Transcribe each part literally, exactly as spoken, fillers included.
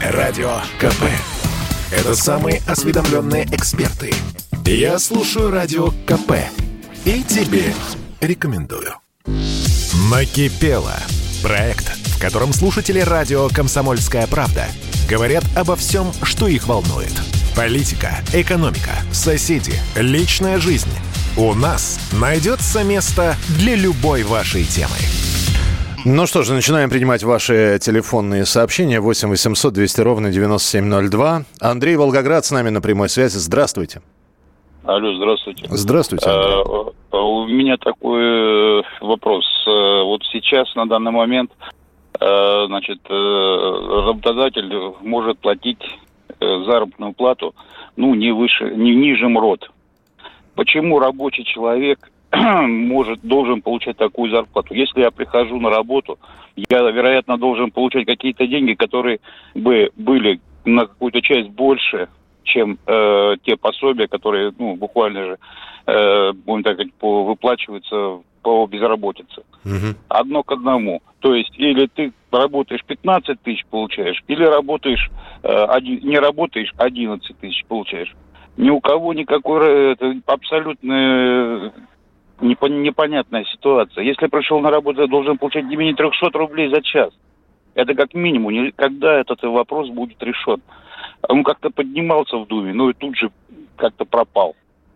Радио КП. Это самые осведомленные эксперты. Я слушаю Радио КП и тебе рекомендую. Накипело. Проект, в котором слушатели радио «Комсомольская правда» говорят обо всем, что их волнует. Политика, экономика, соседи, личная жизнь. У нас найдется место для любой вашей темы. Ну что ж, начинаем принимать ваши телефонные сообщения. восемь восемьсот двести ровно девяносто семь ноль два. Андрей Волгоград с нами на прямой связи. Здравствуйте. Алло, здравствуйте. Здравствуйте, Андрей. А, у меня такой вопрос. Вот сейчас, на данный момент, значит, работодатель может платить заработную плату, ну, не выше, не ниже МРОТ. Почему рабочий человек может, должен получать такую зарплату? Если я прихожу на работу, я, вероятно, должен получать какие-то деньги, которые бы были на какую-то часть больше, чем э, те пособия, которые, ну, буквально же, э, будем так говорить, по, выплачиваются по безработице. Угу. Одно к одному. То есть, или ты работаешь пятнадцать тысяч получаешь, или работаешь, э, один, не работаешь, одиннадцать тысяч получаешь. Ни у кого никакой, это абсолютно непонятная ситуация. Если пришел на работу, я должен получать не менее триста рублей за час. Это как минимум. Когда этот вопрос будет решен? Он как-то поднимался в Думе, но и тут же как-то пропал.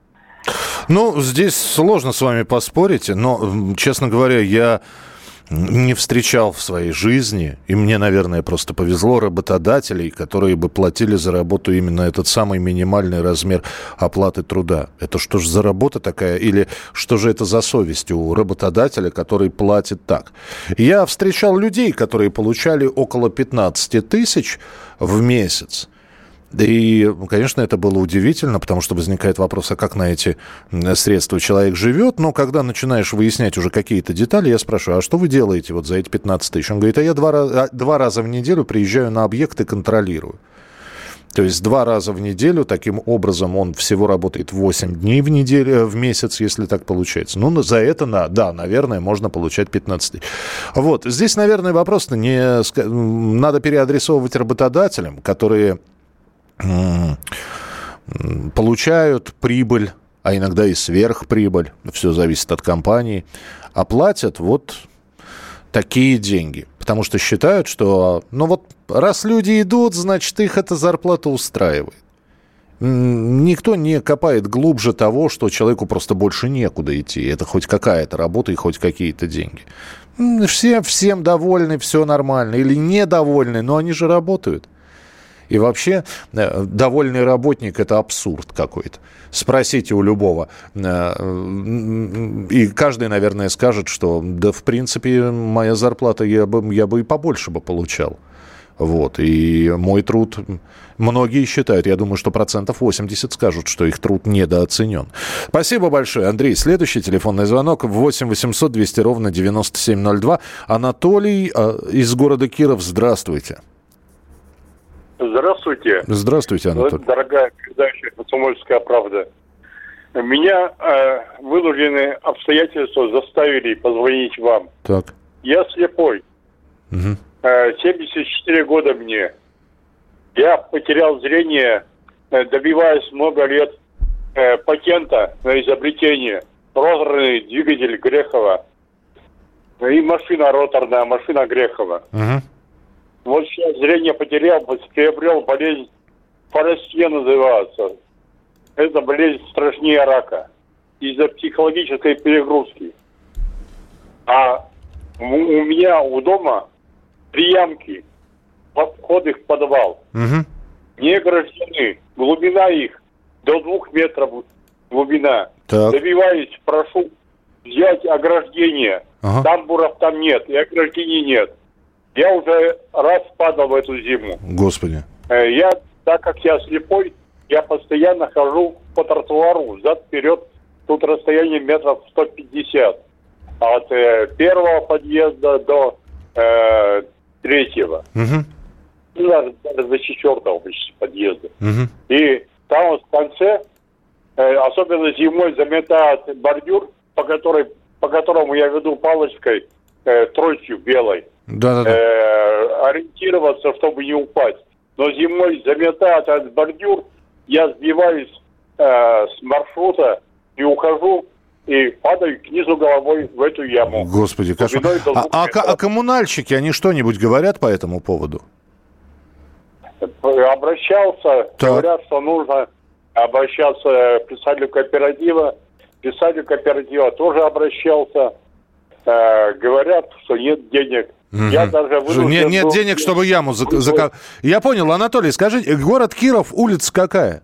Ну, здесь сложно с вами поспорить, но, честно говоря, я не встречал в своей жизни, и мне, наверное, просто повезло, работодателей, которые бы платили за работу именно этот самый минимальный размер оплаты труда. Это что же за работа такая? Или что же это за совесть у работодателя, который платит так? Я встречал людей, которые получали около пятнадцать тысяч в месяц. И, конечно, это было удивительно, потому что возникает вопрос, а как на эти средства человек живет? Но когда начинаешь выяснять уже какие-то детали, я спрашиваю, а что вы делаете вот за эти пятнадцать тысяч? Он говорит, а я два раза, два раза в неделю приезжаю на объект и контролирую. То есть два раза в неделю, таким образом он всего работает восемь дней в неделю, в месяц, если так получается. Ну, за это, да, наверное, можно получать пятнадцать тысяч. Вот, здесь, наверное, вопрос-то не... Надо переадресовывать работодателям, которые... получают прибыль, а иногда и сверхприбыль, все зависит от компании, а платят вот такие деньги. Потому что считают, что, ну вот, раз люди идут, значит, их эта зарплата устраивает. Никто не копает глубже того, что человеку просто больше некуда идти. Это хоть какая-то работа и хоть какие-то деньги. Все, всем довольны, все нормально. Или недовольны, но они же работают. И вообще, довольный работник – это абсурд какой-то. Спросите у любого. И каждый, наверное, скажет, что, да, в принципе, моя зарплата, я бы, я бы и побольше бы получал. Вот. И мой труд, многие считают, я думаю, что процентов восемьдесят скажут, что их труд недооценен. Спасибо большое, Андрей. Следующий телефонный звонок восемь восемьсот двести ровно девяносто семь ноль два. Анатолий из города Киров, здравствуйте. Здравствуйте. Здравствуйте, Анатолий. Дорогая передача «Комсомольская правда». Меня э, вынужденные обстоятельства заставили позвонить вам. Так. Я слепой. Угу. Э, семьдесят четыре года мне. Я потерял зрение, э, добиваясь много лет э, патента на изобретение. Роторный двигатель Грехова. И машина роторная, машина Грехова. Угу. Вот сейчас зрение потерял, приобрел болезнь Форестье называется. Это болезнь страшнее рака. Из-за психологической перегрузки. А у меня у дома три ямки. Вход в подвал. Угу. Не ограждены. Глубина их до двух метров глубина. Так. Добиваюсь, прошу взять ограждение. Ага. Тамбуров там нет, и ограждений нет. Я уже раз падал в эту зиму. Господи. Я, так как я слепой, я постоянно хожу по тротуару, взад-вперед. Тут расстояние метров сто пятьдесят. От э, первого подъезда до э, третьего. Угу. Ну, даже, даже до четвертого почти подъезда. Угу. И там в конце, э, особенно зимой, заметает бордюр, по, которой, по которому я веду палочкой, э, тростью белой. Да-да-да. Э, ориентироваться, чтобы не упасть. но зимой заметает этот бордюр, я сбиваюсь э, с маршрута и ухожу, и падаю к низу головой в эту яму. Господи, кошмар. А, а, а коммунальщики, они что-нибудь говорят по этому поводу? Обращался, так. Говорят, что нужно обращаться к писателю кооператива. Писателю кооператива тоже обращался. Э, говорят, что нет денег. Угу. Я даже нет, нет был... денег, чтобы яму закопать. Я понял, Анатолий, скажите, город Киров, улица какая?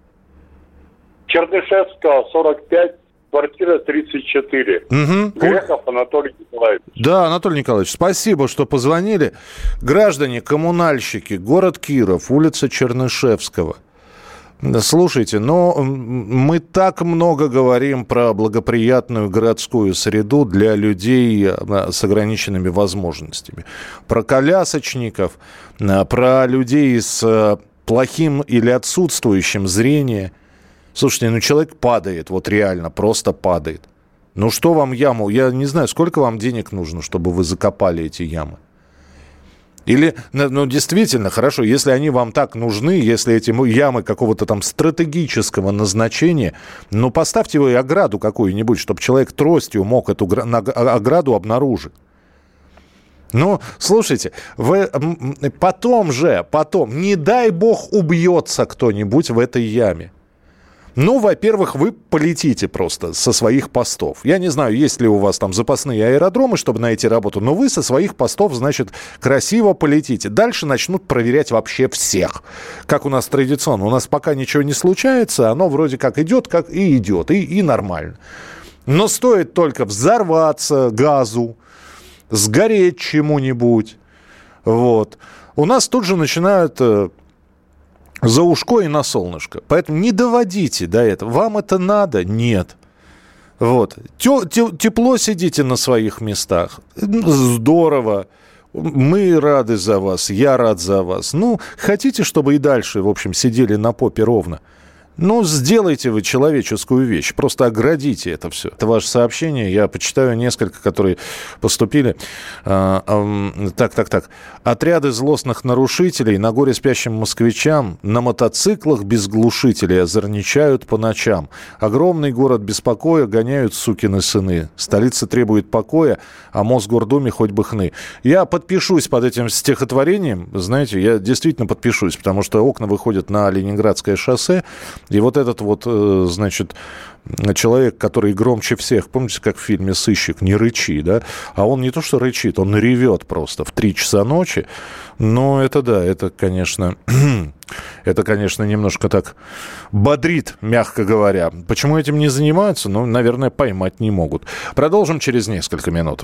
Чернышевского, сорок пять, квартира тридцать четыре. Угу. Грехов Анатолий Николаевич. Да, Анатолий Николаевич, спасибо, что позвонили. Граждане, коммунальщики, город Киров, улица Чернышевского. Слушайте, но мы так много говорим про благоприятную городскую среду для людей с ограниченными возможностями. Про колясочников, про людей с плохим или отсутствующим зрением. Слушайте, ну человек падает, вот реально, просто падает. Ну что вам яму? Я не знаю, сколько вам денег нужно, чтобы вы закопали эти ямы? Или, ну, действительно, хорошо, если они вам так нужны, если эти ямы какого-то там стратегического назначения, ну, поставьте вы ограду какую-нибудь, чтобы человек тростью мог эту ограду обнаружить. Ну, слушайте, вы потом же, потом, не дай бог, убьется кто-нибудь в этой яме. Ну, во-первых, вы полетите просто со своих постов. Я не знаю, есть ли у вас там запасные аэродромы, чтобы найти работу, но вы со своих постов, значит, красиво полетите. Дальше начнут проверять вообще всех. Как у нас традиционно. У нас пока ничего не случается, оно вроде как идет, как и идет, и, и нормально. Но стоит только взорваться газу, сгореть чему-нибудь, вот. У нас тут же начинают... за ушко и на солнышко. Поэтому не доводите до этого. Вам это надо? Нет. Вот. Тепло сидите на своих местах. Здорово. Мы рады за вас. Я рад за вас. Ну, хотите, чтобы и дальше, в общем, сидели на попе ровно? Ну, сделайте вы человеческую вещь. Просто оградите это все. Это ваше сообщение. Я почитаю несколько, которые поступили. А, а, так, так, так. Отряды злостных нарушителей на горе спящим москвичам на мотоциклах без глушителей озорничают по ночам. Огромный город без покоя гоняют сукины сыны. Столица требует покоя, а Мосгордуме хоть бы хны. Я подпишусь под этим стихотворением. Знаете, я действительно подпишусь, потому что окна выходят на Ленинградское шоссе. И вот этот вот, значит, человек, который громче всех, помните, как в фильме «Сыщик», не рычи, да? А он не то что рычит, он ревет просто в три часа ночи. Но это да, это, конечно, это, конечно, немножко так бодрит, мягко говоря. Почему этим не занимаются? Ну, наверное, поймать не могут. Продолжим через несколько минут.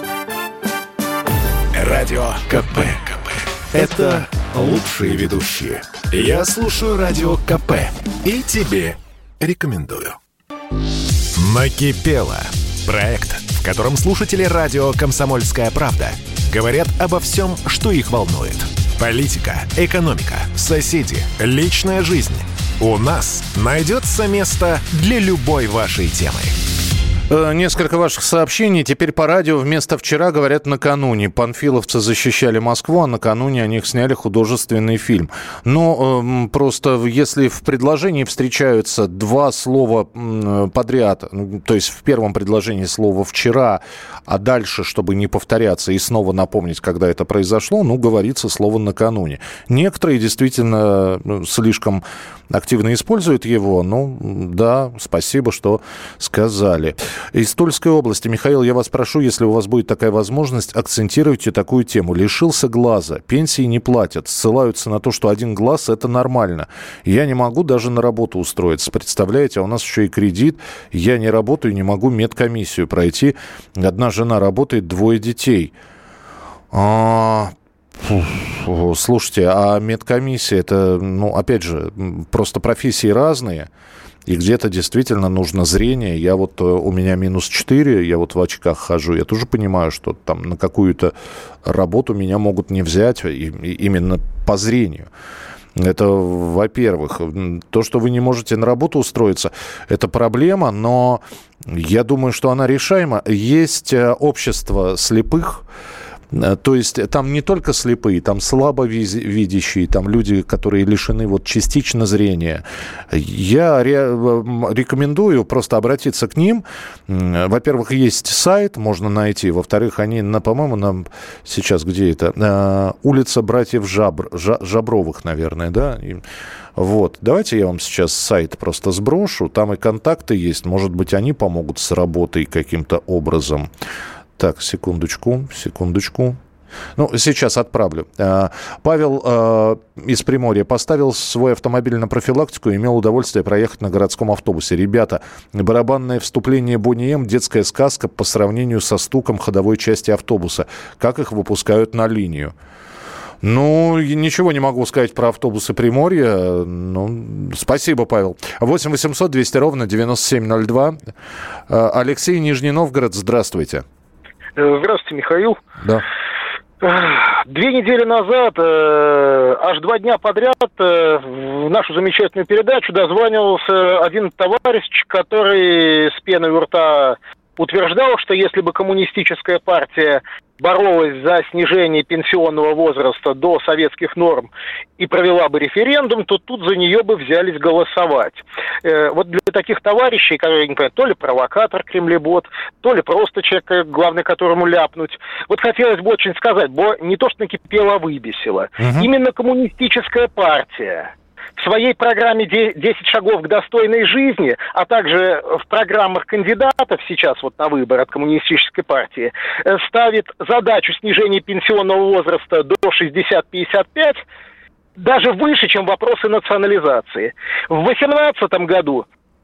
Радио КП. Это лучшие ведущие. Я слушаю Радио КП и тебе рекомендую. Накипело. Проект, в котором слушатели радио «Комсомольская правда» говорят обо всем, что их волнует. Политика, экономика, соседи, личная жизнь. У нас найдется место для любой вашей темы. Несколько ваших сообщений. Теперь по радио вместо вчера говорят накануне. Панфиловцы защищали Москву, а накануне о них сняли художественный фильм. Но э, просто если в предложении встречаются два слова э, подряд, то есть в первом предложении слово «вчера», а дальше, чтобы не повторяться и снова напомнить, когда это произошло, ну, говорится слово «накануне». Некоторые действительно слишком активно используют его. Ну, да, спасибо, что сказали. Из Тульской области. Михаил, я вас прошу, если у вас будет такая возможность, акцентируйте такую тему. Лишился глаза, пенсии не платят, ссылаются на то, что один глаз – это нормально. Я не могу даже на работу устроиться. Представляете, а у нас еще и кредит. Я не работаю, не могу медкомиссию пройти. Одна жена работает, двое детей. А... Слушайте, а медкомиссия – это, ну, опять же, просто профессии разные. И где-то действительно нужно зрение. Я вот, у меня минус четыре, я вот в очках хожу. Я тоже понимаю, что там на какую-то работу меня могут не взять именно по зрению. Это, во-первых. То, что вы не можете на работу устроиться, это проблема, но я думаю, что она решаема. Есть общество слепых, То есть там не только слепые, там слабовидящие, там люди, которые лишены вот частично зрения. Я ре- рекомендую просто обратиться к ним. Во-первых, есть сайт, можно найти. Во-вторых, они, на, по-моему, нам сейчас где это? Улица братьев Жабр, Жабровых, наверное, да? Вот. Давайте я вам сейчас сайт просто сброшу. Там и контакты есть. Может быть, они помогут с работой каким-то образом. Так, секундочку, секундочку. Ну, сейчас отправлю. Павел э, из Приморья поставил свой автомобиль на профилактику и имел удовольствие проехать на городском автобусе. Ребята, барабанное вступление Бонни М, детская сказка по сравнению со стуком ходовой части автобуса. Как их выпускают на линию? Ну, ничего не могу сказать про автобусы Приморья. Ну, спасибо, Павел. восемь восемьсот двести ровно девяносто семь ноль два. Алексей, Нижний Новгород, здравствуйте. Здравствуйте, Михаил. Да. Две недели назад, э, аж два дня подряд, э, в нашу замечательную передачу дозванивался один товарищ, который с пеной у рта утверждал, что если бы коммунистическая партия боролась за снижение пенсионного возраста до советских норм и провела бы референдум, то тут за нее бы взялись голосовать. Э, вот для таких товарищей, которые, не понимаю, то ли провокатор, кремлебот, то ли просто человек, главное, которому ляпнуть. Вот хотелось бы очень сказать, бо не то, что накипело, а выбесило. Угу. Именно коммунистическая партия в своей программе «десять шагов к достойной жизни», а также в программах кандидатов сейчас вот на выбор от коммунистической партии, ставит задачу снижения пенсионного возраста до шестьдесят пятьдесят пять даже выше, чем вопросы национализации. В две тысячи восемнадцатом году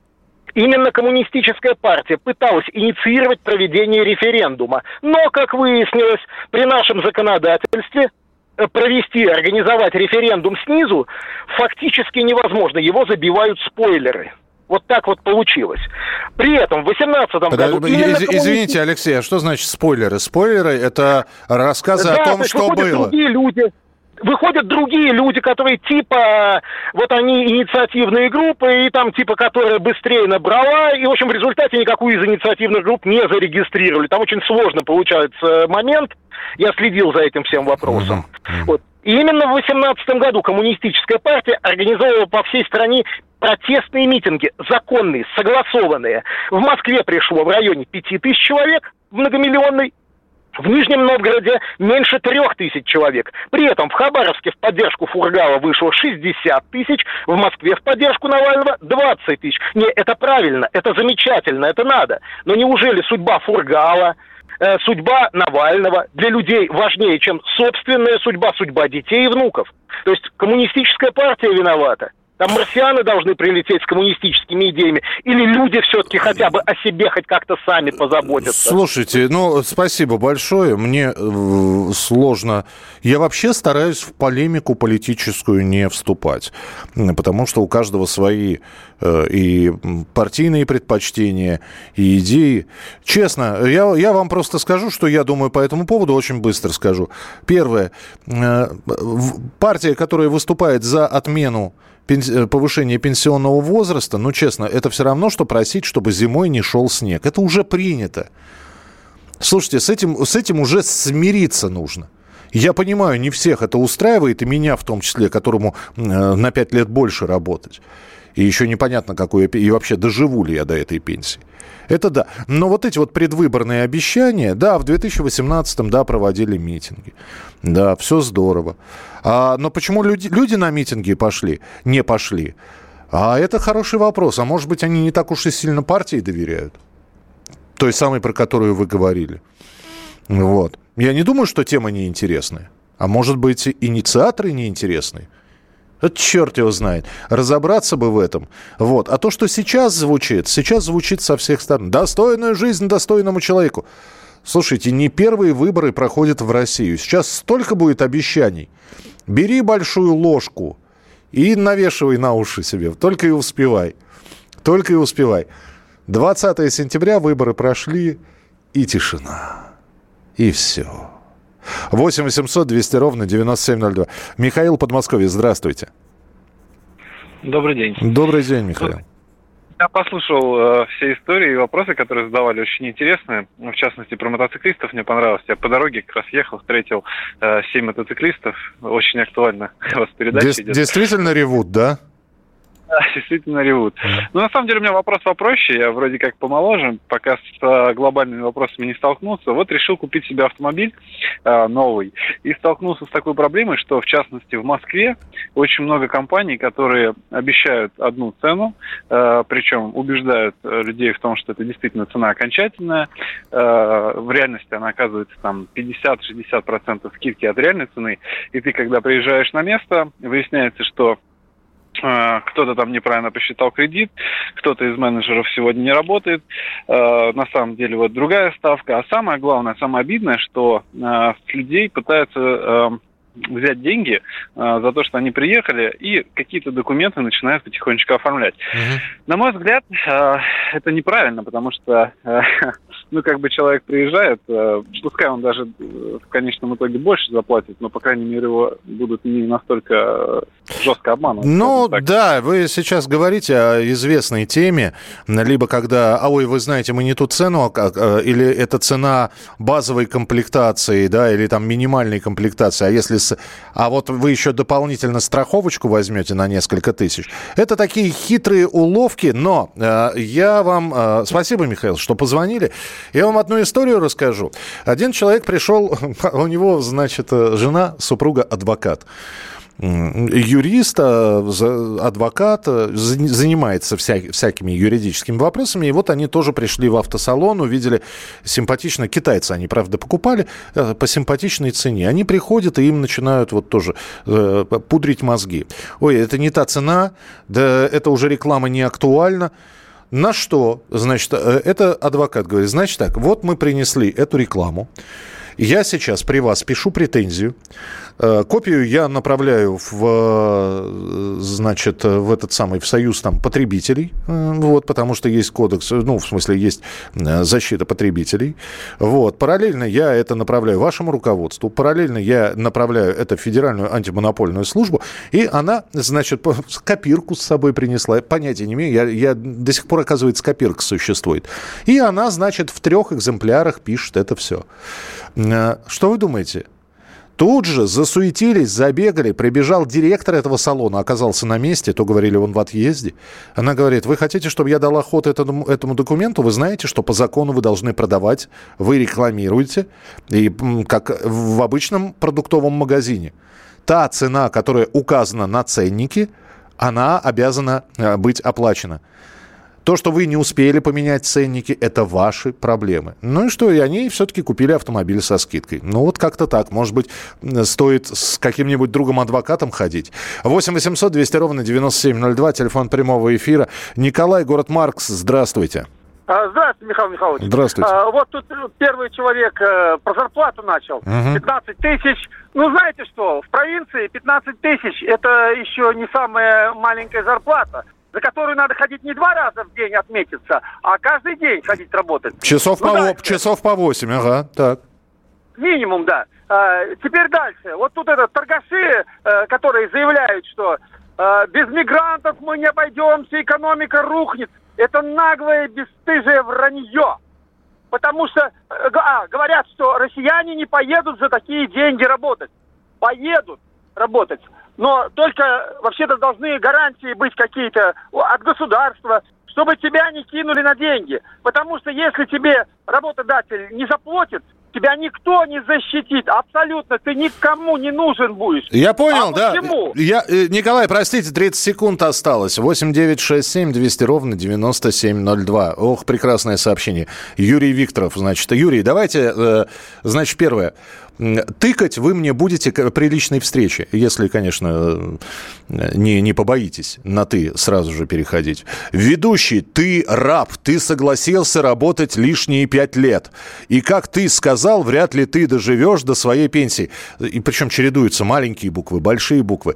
именно коммунистическая партия пыталась инициировать проведение референдума, но, как выяснилось, при нашем законодательстве провести, организовать референдум снизу фактически невозможно. Его забивают спойлеры. Вот так вот получилось. При этом в две тысячи восемнадцатом году... Из, извините, Алексей, а что значит спойлеры? Спойлеры – это рассказы да, о том, что было. Другие люди. Выходят другие люди, которые типа, вот они инициативные группы, и там типа, которая быстрее набрала, и, в общем, в результате никакую из инициативных групп не зарегистрировали. Там очень сложно получается момент. Я следил за этим всем вопросом. Mm-hmm. Вот. И именно в две тысячи восемнадцатом году коммунистическая партия организовывала по всей стране протестные митинги, законные, согласованные. В Москве пришло в районе пяти тысяч человек, в многомиллионной. В Нижнем Новгороде меньше трех тысяч человек. При этом в Хабаровске в поддержку Фургала вышло шестьдесят тысяч, в Москве в поддержку Навального двадцать тысяч. Не, это правильно, это замечательно, это надо. Но неужели судьба Фургала, э, судьба Навального для людей важнее, чем собственная судьба, судьба детей и внуков? То есть коммунистическая партия виновата? Там марсианы должны прилететь с коммунистическими идеями? Или люди все-таки хотя бы о себе хоть как-то сами позаботятся? Слушайте, ну, спасибо большое. Мне э, сложно. Я вообще стараюсь в полемику политическую не вступать. Потому что у каждого свои э, и партийные предпочтения, и идеи. Честно, я, я вам просто скажу, что я думаю по этому поводу, очень быстро скажу. Первое. Э, партия, которая выступает за отмену повышение пенсионного возраста, ну, честно, это все равно, что просить, чтобы зимой не шел снег. Это уже принято. Слушайте, с этим, с этим уже смириться нужно. Я понимаю, не всех это устраивает, и меня в том числе, которому э, на пять лет больше работать. И еще непонятно, какой я, и вообще доживу ли я до этой пенсии. Это да. Но вот эти вот предвыборные обещания, да, в две тысячи восемнадцатом, да, проводили митинги. Да, все здорово. А, но почему люди, люди на митинги пошли, не пошли? А это хороший вопрос. А может быть, они не так уж и сильно партии доверяют? Той самой, про которую вы говорили. Вот. Я не думаю, что тема неинтересная. А может быть, инициаторы неинтересные? Это черт его знает. Разобраться бы в этом. Вот. А то, что сейчас звучит, сейчас звучит со всех сторон. Достойную жизнь достойному человеку. Слушайте, не первые выборы проходят в Россию. Сейчас столько будет обещаний. Бери большую ложку и навешивай на уши себе. Только и успевай. Только и успевай. двадцатого сентября выборы прошли, и тишина. И все. восемь восемьсот двести ровно девяносто семь ноль два. Михаил, Подмосковье, здравствуйте. Добрый день. Добрый день, Михаил. Я послушал э, все истории и вопросы, которые задавали, очень интересные. В частности, про мотоциклистов мне понравилось. Я по дороге как раз ехал, встретил э, семь мотоциклистов. Очень актуально. У вас передача Дес- идет. Действительно ревут, да? Да, действительно ревут. Но на самом деле у меня вопрос попроще. Я вроде как помоложе, пока с э, глобальными вопросами не столкнулся. Вот решил купить себе автомобиль э, новый. И столкнулся с такой проблемой, что в частности в Москве очень много компаний, которые обещают одну цену, э, причем убеждают людей в том, что это действительно цена окончательная. Э, в реальности она оказывается там пятьдесят-шестьдесят процентов скидки от реальной цены. И ты, когда приезжаешь на место, выясняется, что кто-то там неправильно посчитал кредит, кто-то из менеджеров сегодня не работает. На самом деле вот другая ставка. А самое главное, самое обидное, что с людей пытаются взять деньги э, за то, что они приехали, и какие-то документы начинают потихонечку оформлять. Mm-hmm. На мой взгляд, э, это неправильно, потому что, э, ну, как бы человек приезжает, э, пускай он даже в конечном итоге больше заплатит, но, по крайней мере, его будут не настолько жестко обманывать. Ну, да, вы сейчас говорите о известной теме, либо когда, а ой, вы знаете, мы не ту цену, а, или это цена базовой комплектации, да, или там минимальной комплектации, а если а вот вы еще дополнительно страховочку возьмете на несколько тысяч. Это такие хитрые уловки, но э, я вам... Э, спасибо, Михаил, что позвонили. Я вам одну историю расскажу. Один человек пришел, у него, значит, жена, супруга адвокат. Юрист, адвокат, занимается вся, всякими юридическими вопросами. И вот они тоже пришли в автосалон, увидели симпатично, китайцы они, правда, покупали по симпатичной цене. Они приходят и им начинают вот тоже э, пудрить мозги. Ой, это не та цена, да это уже реклама не актуальна. На что, значит, это адвокат говорит, значит так, вот мы принесли эту рекламу. Я сейчас при вас пишу претензию. Копию я направляю в, значит, в этот самый, в союз там, потребителей, вот, потому что есть кодекс, ну, в смысле, есть защита потребителей. Вот. Параллельно я это направляю вашему руководству, параллельно я направляю это в Федеральную антимонопольную службу, и она, значит, копирку с собой принесла, понятия не имею, я, я до сих пор, оказывается, копирка существует. И она, значит, в трех экземплярах пишет это все. Что вы думаете? Тут же засуетились, забегали, прибежал директор этого салона, оказался на месте, то говорили, он в отъезде. Она говорит, вы хотите, чтобы я дала ход этому, этому документу? Вы знаете, что по закону вы должны продавать, вы рекламируете, и как в обычном продуктовом магазине. Та цена, которая указана на ценнике, она обязана быть оплачена. То, что вы не успели поменять ценники, это ваши проблемы. Ну и что, и они все-таки купили автомобиль со скидкой. Ну вот как-то так. Может быть, стоит с каким-нибудь другом-адвокатом ходить. восемь восемьсот двести ровно девяносто семь ноль два, телефон прямого эфира. Николай, город Маркс, здравствуйте. Здравствуйте, Михаил Михайлович. Здравствуйте. А, вот тут первый человек а, про зарплату начал. Угу. пятнадцать тысяч. Ну, знаете что, в провинции пятнадцать тысяч это еще не самая маленькая зарплата, за которую надо ходить не два раза в день отметиться, а каждый день ходить работать. Часов, ну, по, дальше. часов по восемь, ага, так. Минимум, да. А, теперь дальше. Вот тут это торгаши, а, которые заявляют, что а, без мигрантов мы не обойдемся, экономика рухнет. Это наглое, бесстыжее вранье. Потому что а, говорят, что россияне не поедут за такие деньги работать. Поедут работать. Но только вообще-то должны гарантии быть какие-то от государства, чтобы тебя не кинули на деньги. Потому что если тебе работодатель не заплатит, тебя никто не защитит. Абсолютно. Ты никому не нужен будешь. Я понял, а да. Почему? Я, Николай, простите, тридцать секунд осталось. восемь девятьсот шестьдесят семь двести ровно девяносто семь ноль два. Ох, прекрасное сообщение. Юрий Викторов, значит. Юрий, давайте, э, значит, первое. Тыкать вы мне будете при личной встрече, если, конечно, не, не побоитесь на «ты» сразу же переходить. Ведущий, ты раб, ты согласился работать лишние пять лет. И, как ты сказал, вряд ли ты доживешь до своей пенсии. И причем чередуются маленькие буквы, большие буквы.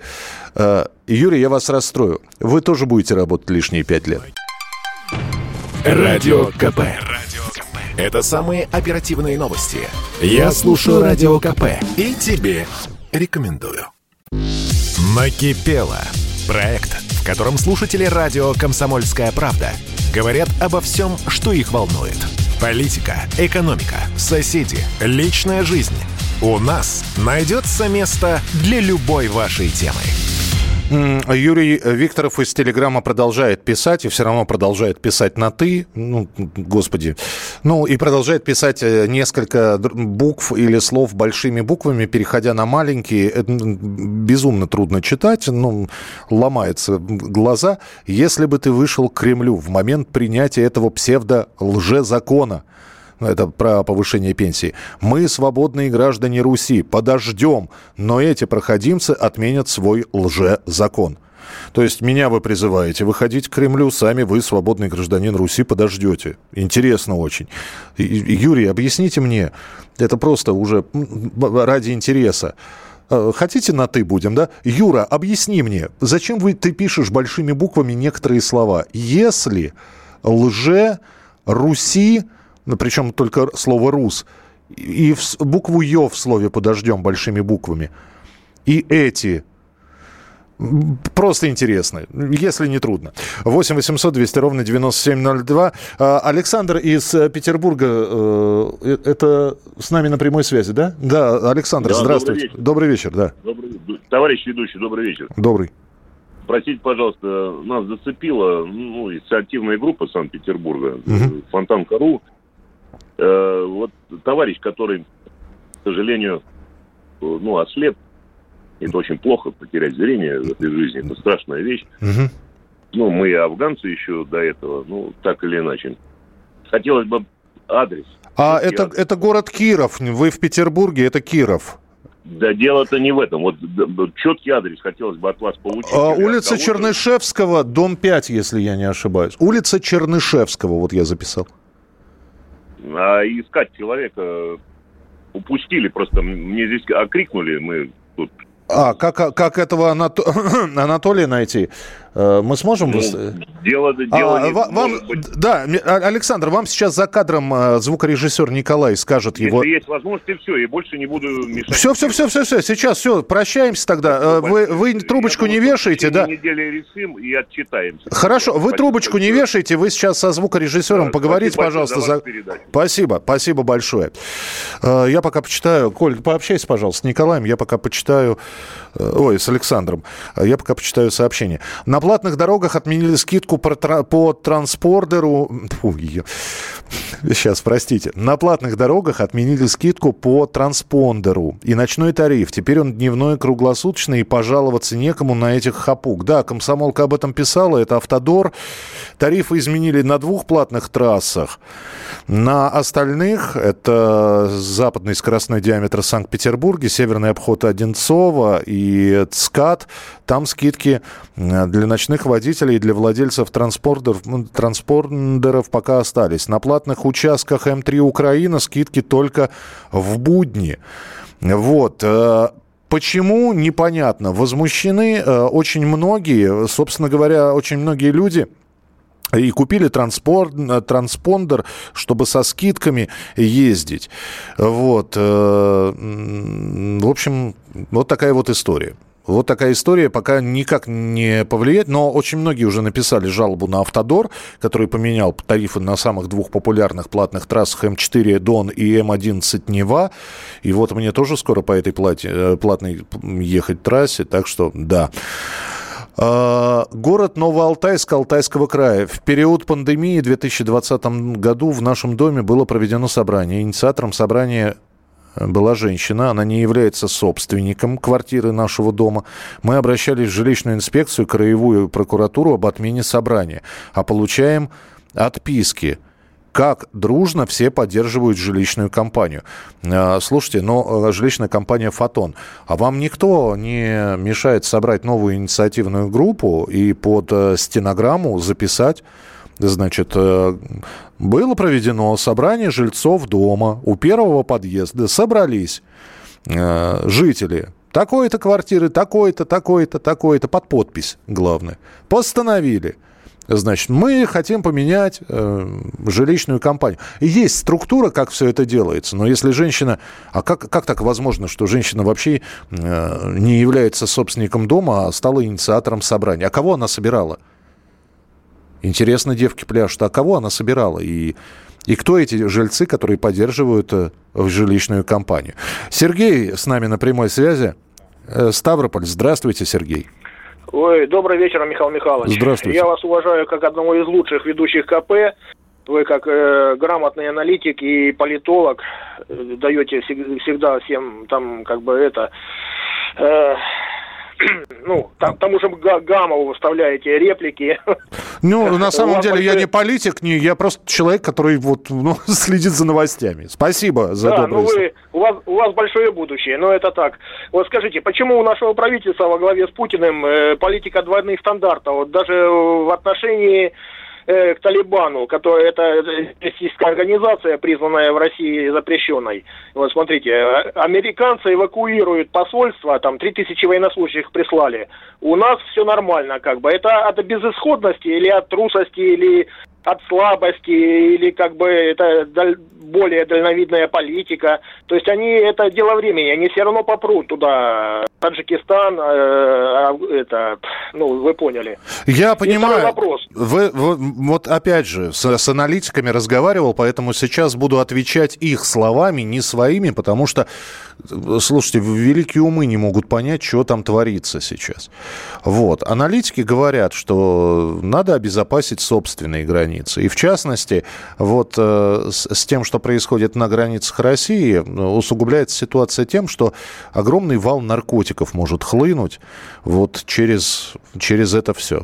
Юрий, я вас расстрою. Вы тоже будете работать лишние пять лет. Радио КП. Это самые оперативные новости. Я слушаю Радио КП и тебе рекомендую. Накипело. Проект, в котором слушатели радио «Комсомольская правда» Говорят обо всем, что их волнует. Политика, экономика, соседи, личная жизнь. У нас найдется место для любой вашей темы. Юрий Викторов из Телеграма продолжает писать, и все равно продолжает писать на «ты», ну, господи, ну, и продолжает писать несколько букв или слов большими буквами, переходя на маленькие. Это безумно трудно читать, ну, ломаются глаза. «Если бы ты вышел к Кремлю в момент принятия этого псевдо-лжезакона», это про повышение пенсии. «Мы, свободные граждане Руси, подождем, но эти проходимцы отменят свой лжезакон». То есть меня вы призываете выходить к Кремлю, сами вы, свободный гражданин Руси, подождете. Интересно очень. Юрий, объясните мне, это просто уже ради интереса. Хотите на «ты» будем, да? Юра, объясни мне, зачем вы, ты пишешь большими буквами некоторые слова? Если лже-Руси, причем только слово «рус», и в букву «ё» в слове «подождем» большими буквами, и эти... Просто интересно, если не трудно. восемь восемьсот двести ровно девяносто семь ноль два. Александр из Петербурга, это с нами на прямой связи, да? Да, Александр, да, здравствуйте. Добрый вечер. Добрый вечер, да. Добрый... Товарищ ведущий, добрый вечер. Добрый. Простите, пожалуйста, нас зацепила ну, инициативная группа Санкт-Петербурга, угу. Фонтанка.ру. Э, вот товарищ, который, к сожалению, ну, ослеп, это очень плохо, потерять зрение в этой жизни, это страшная вещь. Угу. Ну, мы афганцы еще до этого, ну, так или иначе. Хотелось бы адрес. А это, адрес. Это город Киров, вы в Петербурге, это Киров. Да дело-то не в этом. Вот четкий адрес хотелось бы от вас получить. А, улица Чернышевского, дом пять, если я не ошибаюсь. Улица Чернышевского, вот я записал. А искать человека упустили, просто мне здесь окрикнули, мы тут... А, как, как этого Анато... Анатолия найти? Мы сможем... Ну, дело, дело а, не вам, быть... Да, Александр, вам сейчас за кадром звукорежиссер Николай скажет Если его... Если есть возможность, и все, и больше не буду мешать. Все, все, все, все, все, сейчас все, прощаемся тогда. Вы, вы трубочку Я не думаю, вешаете, да? Недели решим и отчитаемся. Хорошо, вы спасибо трубочку большое. Не вешаете, вы сейчас со звукорежиссером да, поговорите, пожалуйста. За... Спасибо, спасибо большое. Я пока почитаю, Коль, пообщайся, пожалуйста, с Николаем, я пока почитаю, ой, с Александром, я пока почитаю сообщение. На платных дорогах отменили скидку по, по транспордеру. Фу, сейчас, простите. На платных дорогах отменили скидку по транспондеру и ночной тариф. Теперь он дневной, круглосуточный, и пожаловаться некому на этих хапук. Да, комсомолка об этом писала, это Автодор. Тарифы изменили на двух платных трассах. На остальных, это западный скоростной диаметр Санкт-Петербурга, северный обход Одинцова и ЦКАД, там скидки для ночных водителей и для владельцев транспортеров, транспондеров пока остались. На платных участках эм три Украина скидки только в будни. Вот. Почему? Непонятно. Возмущены очень многие, собственно говоря, очень многие люди... И купили транспорт, транспондер, чтобы со скидками ездить. Вот. В общем, вот такая вот история. Вот такая история пока никак не повлияет, но очень многие уже написали жалобу на Автодор, который поменял тарифы на самых двух популярных платных трассах эм четыре Дон и эм одиннадцать Нева. И вот мне тоже скоро по этой плате, платной ехать трассе, так что да. Город Новоалтайск Алтайского края. В период пандемии в две тысячи двадцатом году в нашем доме было проведено собрание. Инициатором собрания была женщина. Она не является собственником квартиры нашего дома. Мы обращались в жилищную инспекцию, краевую прокуратуру об отмене собрания. А получаем отписки. Как дружно все поддерживают жилищную компанию. Слушайте, но жилищная компания «Фотон». А вам никто не мешает собрать новую инициативную группу и под стенограмму записать, значит, было проведено собрание жильцов дома у первого подъезда. Собрались жители такой-то квартиры, такой-то, такой-то, такой-то, под подпись, главное. Постановили. Значит, мы хотим поменять э, жилищную компанию. Есть структура, как все это делается, но если женщина... А как, как так возможно, что женщина вообще э, не является собственником дома, а стала инициатором собрания? А кого она собирала? Интересно, девки пляшут. А кого она собирала? И, и кто эти жильцы, которые поддерживают э, жилищную компанию? Сергей с нами на прямой связи. Э, Ставрополь. Здравствуйте, Сергей. Ой, добрый вечер, Михаил Михайлович. Здравствуйте. Я вас уважаю как одного из лучших ведущих КП. Вы как э, грамотный аналитик и политолог э, даете всег- всегда всем там как бы это... Э, ну, там, тому же Гамову вставляете реплики. Ну, на самом деле, большое... я не политик, не, я просто человек, который вот, ну, следит за новостями. Спасибо за да, доброе ну вы, у вас, у вас большое будущее, но это так. Вот скажите, почему у нашего правительства во главе с Путиным э, политика двойных стандартов? Вот даже в отношении э, к Талибану, которая это террористическая организация, признанная в России запрещенной. Вот смотрите, американцы эвакуируют посольство, там три тысячи военнослужащих прислали. У нас все нормально, как бы. Это от безысходности или от трусости, или от слабости, или как бы это даль... более дальновидная политика. То есть они, это дело времени, они все равно попрут туда, Таджикистан, э, это, ну, вы поняли. Я понимаю. Вопрос. Вы, вы, вот опять же, с, с аналитиками разговаривал, поэтому сейчас буду отвечать их словами, не своими, потому что, слушайте, великие умы не могут понять, что там творится сейчас. Вот. Аналитики говорят, что надо обезопасить собственные границы. И в частности, вот э, с, с тем, что происходит на границах России, усугубляется ситуация тем, что огромный вал наркотиков может хлынуть вот через, через это все.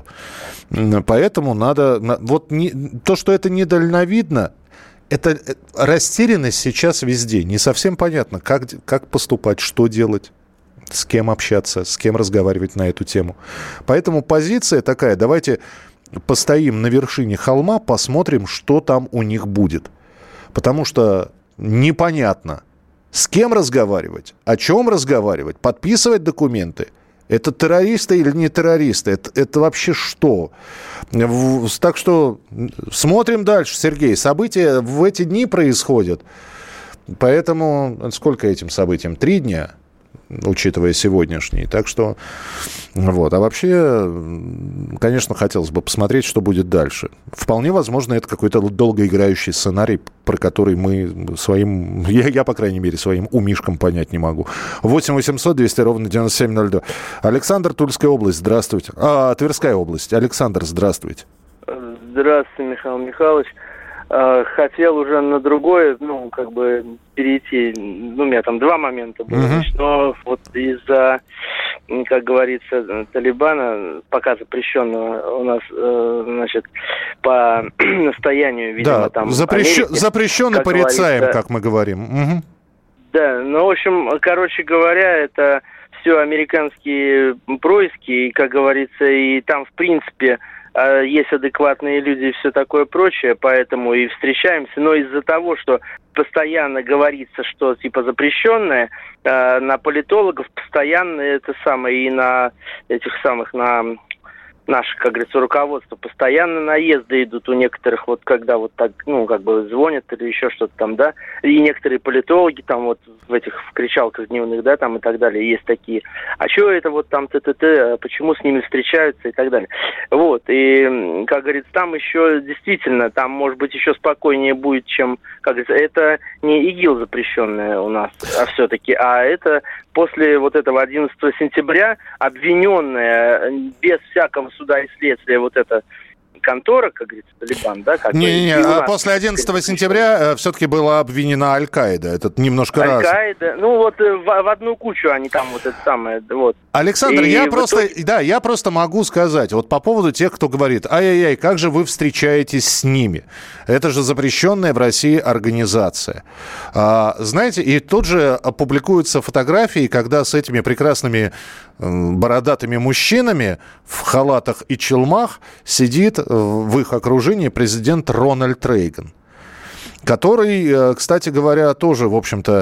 Поэтому надо... Вот не, то, что это недальновидно, это растерянность сейчас везде. Не совсем понятно, как, как поступать, что делать, с кем общаться, с кем разговаривать на эту тему. Поэтому позиция такая, давайте постоим на вершине холма, посмотрим, что там у них будет. Потому что непонятно, с кем разговаривать, о чем разговаривать, подписывать документы. Это террористы или не террористы? Это, это вообще что? Так что смотрим дальше, Сергей. События в эти дни происходят. Поэтому сколько этим событиям? Три дня, учитывая сегодняшний. Так что вот. А вообще, конечно, хотелось бы посмотреть, что будет дальше. Вполне возможно, это какой-то долгоиграющий сценарий, про который мы своим, я, я, по крайней мере, своим умишкам понять не могу. восемь восемьсот двести ровно девяносто семь ноль два. Александр, Тульская область, здравствуйте. А, Тверская область. Александр, здравствуйте. Здравствуйте, Михаил Михайлович. Хотел уже на другое, ну, как бы перейти. Ну, у меня там два момента было. Uh-huh. Но вот из-за, как говорится, Талибана, пока запрещенного у нас, значит, по настоянию, видимо, да, там... Запрещен, запрещен и порицаем, как мы говорим. Uh-huh. Да, ну, в общем, короче говоря, это все американские происки, и, как говорится, и там, в принципе... есть адекватные люди и все такое прочее, поэтому и встречаемся. Но из-за того, что постоянно говорится, что типа запрещенное, э, на политологов постоянно это самое, и на этих самых, на наше, как говорится, руководство, постоянно наезды идут у некоторых, вот когда вот так, ну, как бы звонят или еще что-то там, да, и некоторые политологи там вот в этих в кричалках дневных, да, там и так далее, есть такие, а что это вот там т-т-т, почему с ними встречаются и так далее. Вот, и, как говорится, там еще действительно, там, может быть, еще спокойнее будет, чем, как говорится, это не ИГИЛ запрещенное у нас, а все-таки, а это после вот этого одиннадцатого сентября обвиненная без всякого суда и следствия вот эта контора, как говорится, Талибан, да? Не-не-не, а после одиннадцатого сентября все-таки была обвинена Аль-Каида. Это немножко раз. Аль-Каида, ну вот в, в одну кучу они там вот это самое, вот. Александр, и я просто, итоге... да, я просто могу сказать, вот по поводу тех, кто говорит, ай-яй-яй, как же вы встречаетесь с ними? Это же запрещенная в России организация. А, знаете, и тут же публикуются фотографии, когда с этими прекрасными бородатыми мужчинами в халатах и челмах сидит в их окружении президент Рональд Рейган, который, кстати говоря, тоже, в общем-то,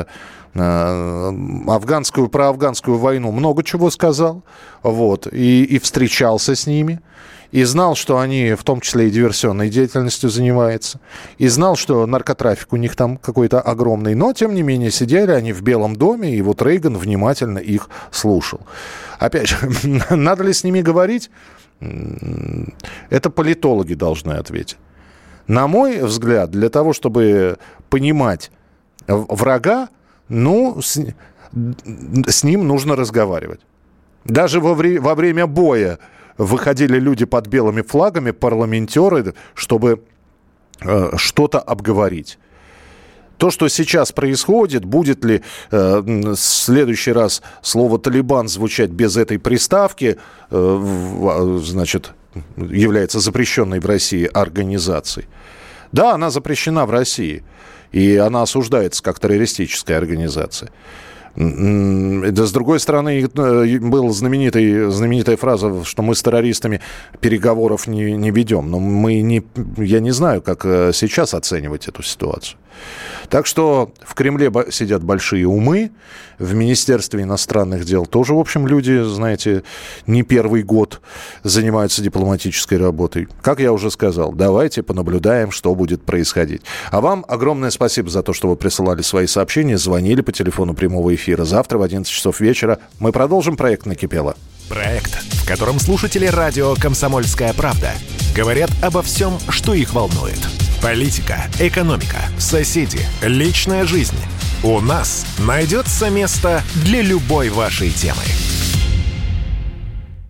афганскую, про афганскую войну много чего сказал, вот, и, и встречался с ними, и знал, что они в том числе и диверсионной деятельностью занимаются, и знал, что наркотрафик у них там какой-то огромный, но, тем не менее, сидели они в Белом доме, и вот Рейган внимательно их слушал. Опять же, надо ли с ними говорить? Это политологи должны ответить. На мой взгляд, для того, чтобы понимать врага, ну, с, с ним нужно разговаривать. Даже во, вре, во время боя выходили люди под белыми флагами, парламентеры, чтобы э, что-то обговорить. То, что сейчас происходит, будет ли э, в следующий раз слово «Талибан» звучать без этой приставки, э, в, значит, является запрещенной в России организацией. Да, она запрещена в России, и она осуждается как террористическая организация. Да, с другой стороны, была знаменитая, знаменитая фраза, что мы с террористами переговоров не, не ведем. Но мы не, я не знаю, как сейчас оценивать эту ситуацию. Так что в Кремле сидят большие умы, в Министерстве иностранных дел тоже, в общем, люди, знаете, не первый год занимаются дипломатической работой. Как я уже сказал, давайте понаблюдаем, что будет происходить. А вам огромное спасибо за то, что вы присылали свои сообщения, звонили по телефону прямого эфира. Завтра в одиннадцать часов вечера мы продолжим проект «Накипело». Проект, в котором слушатели радио «Комсомольская правда» говорят обо всем, что их волнует. Политика, экономика, соседи, личная жизнь. У нас найдется место для любой вашей темы.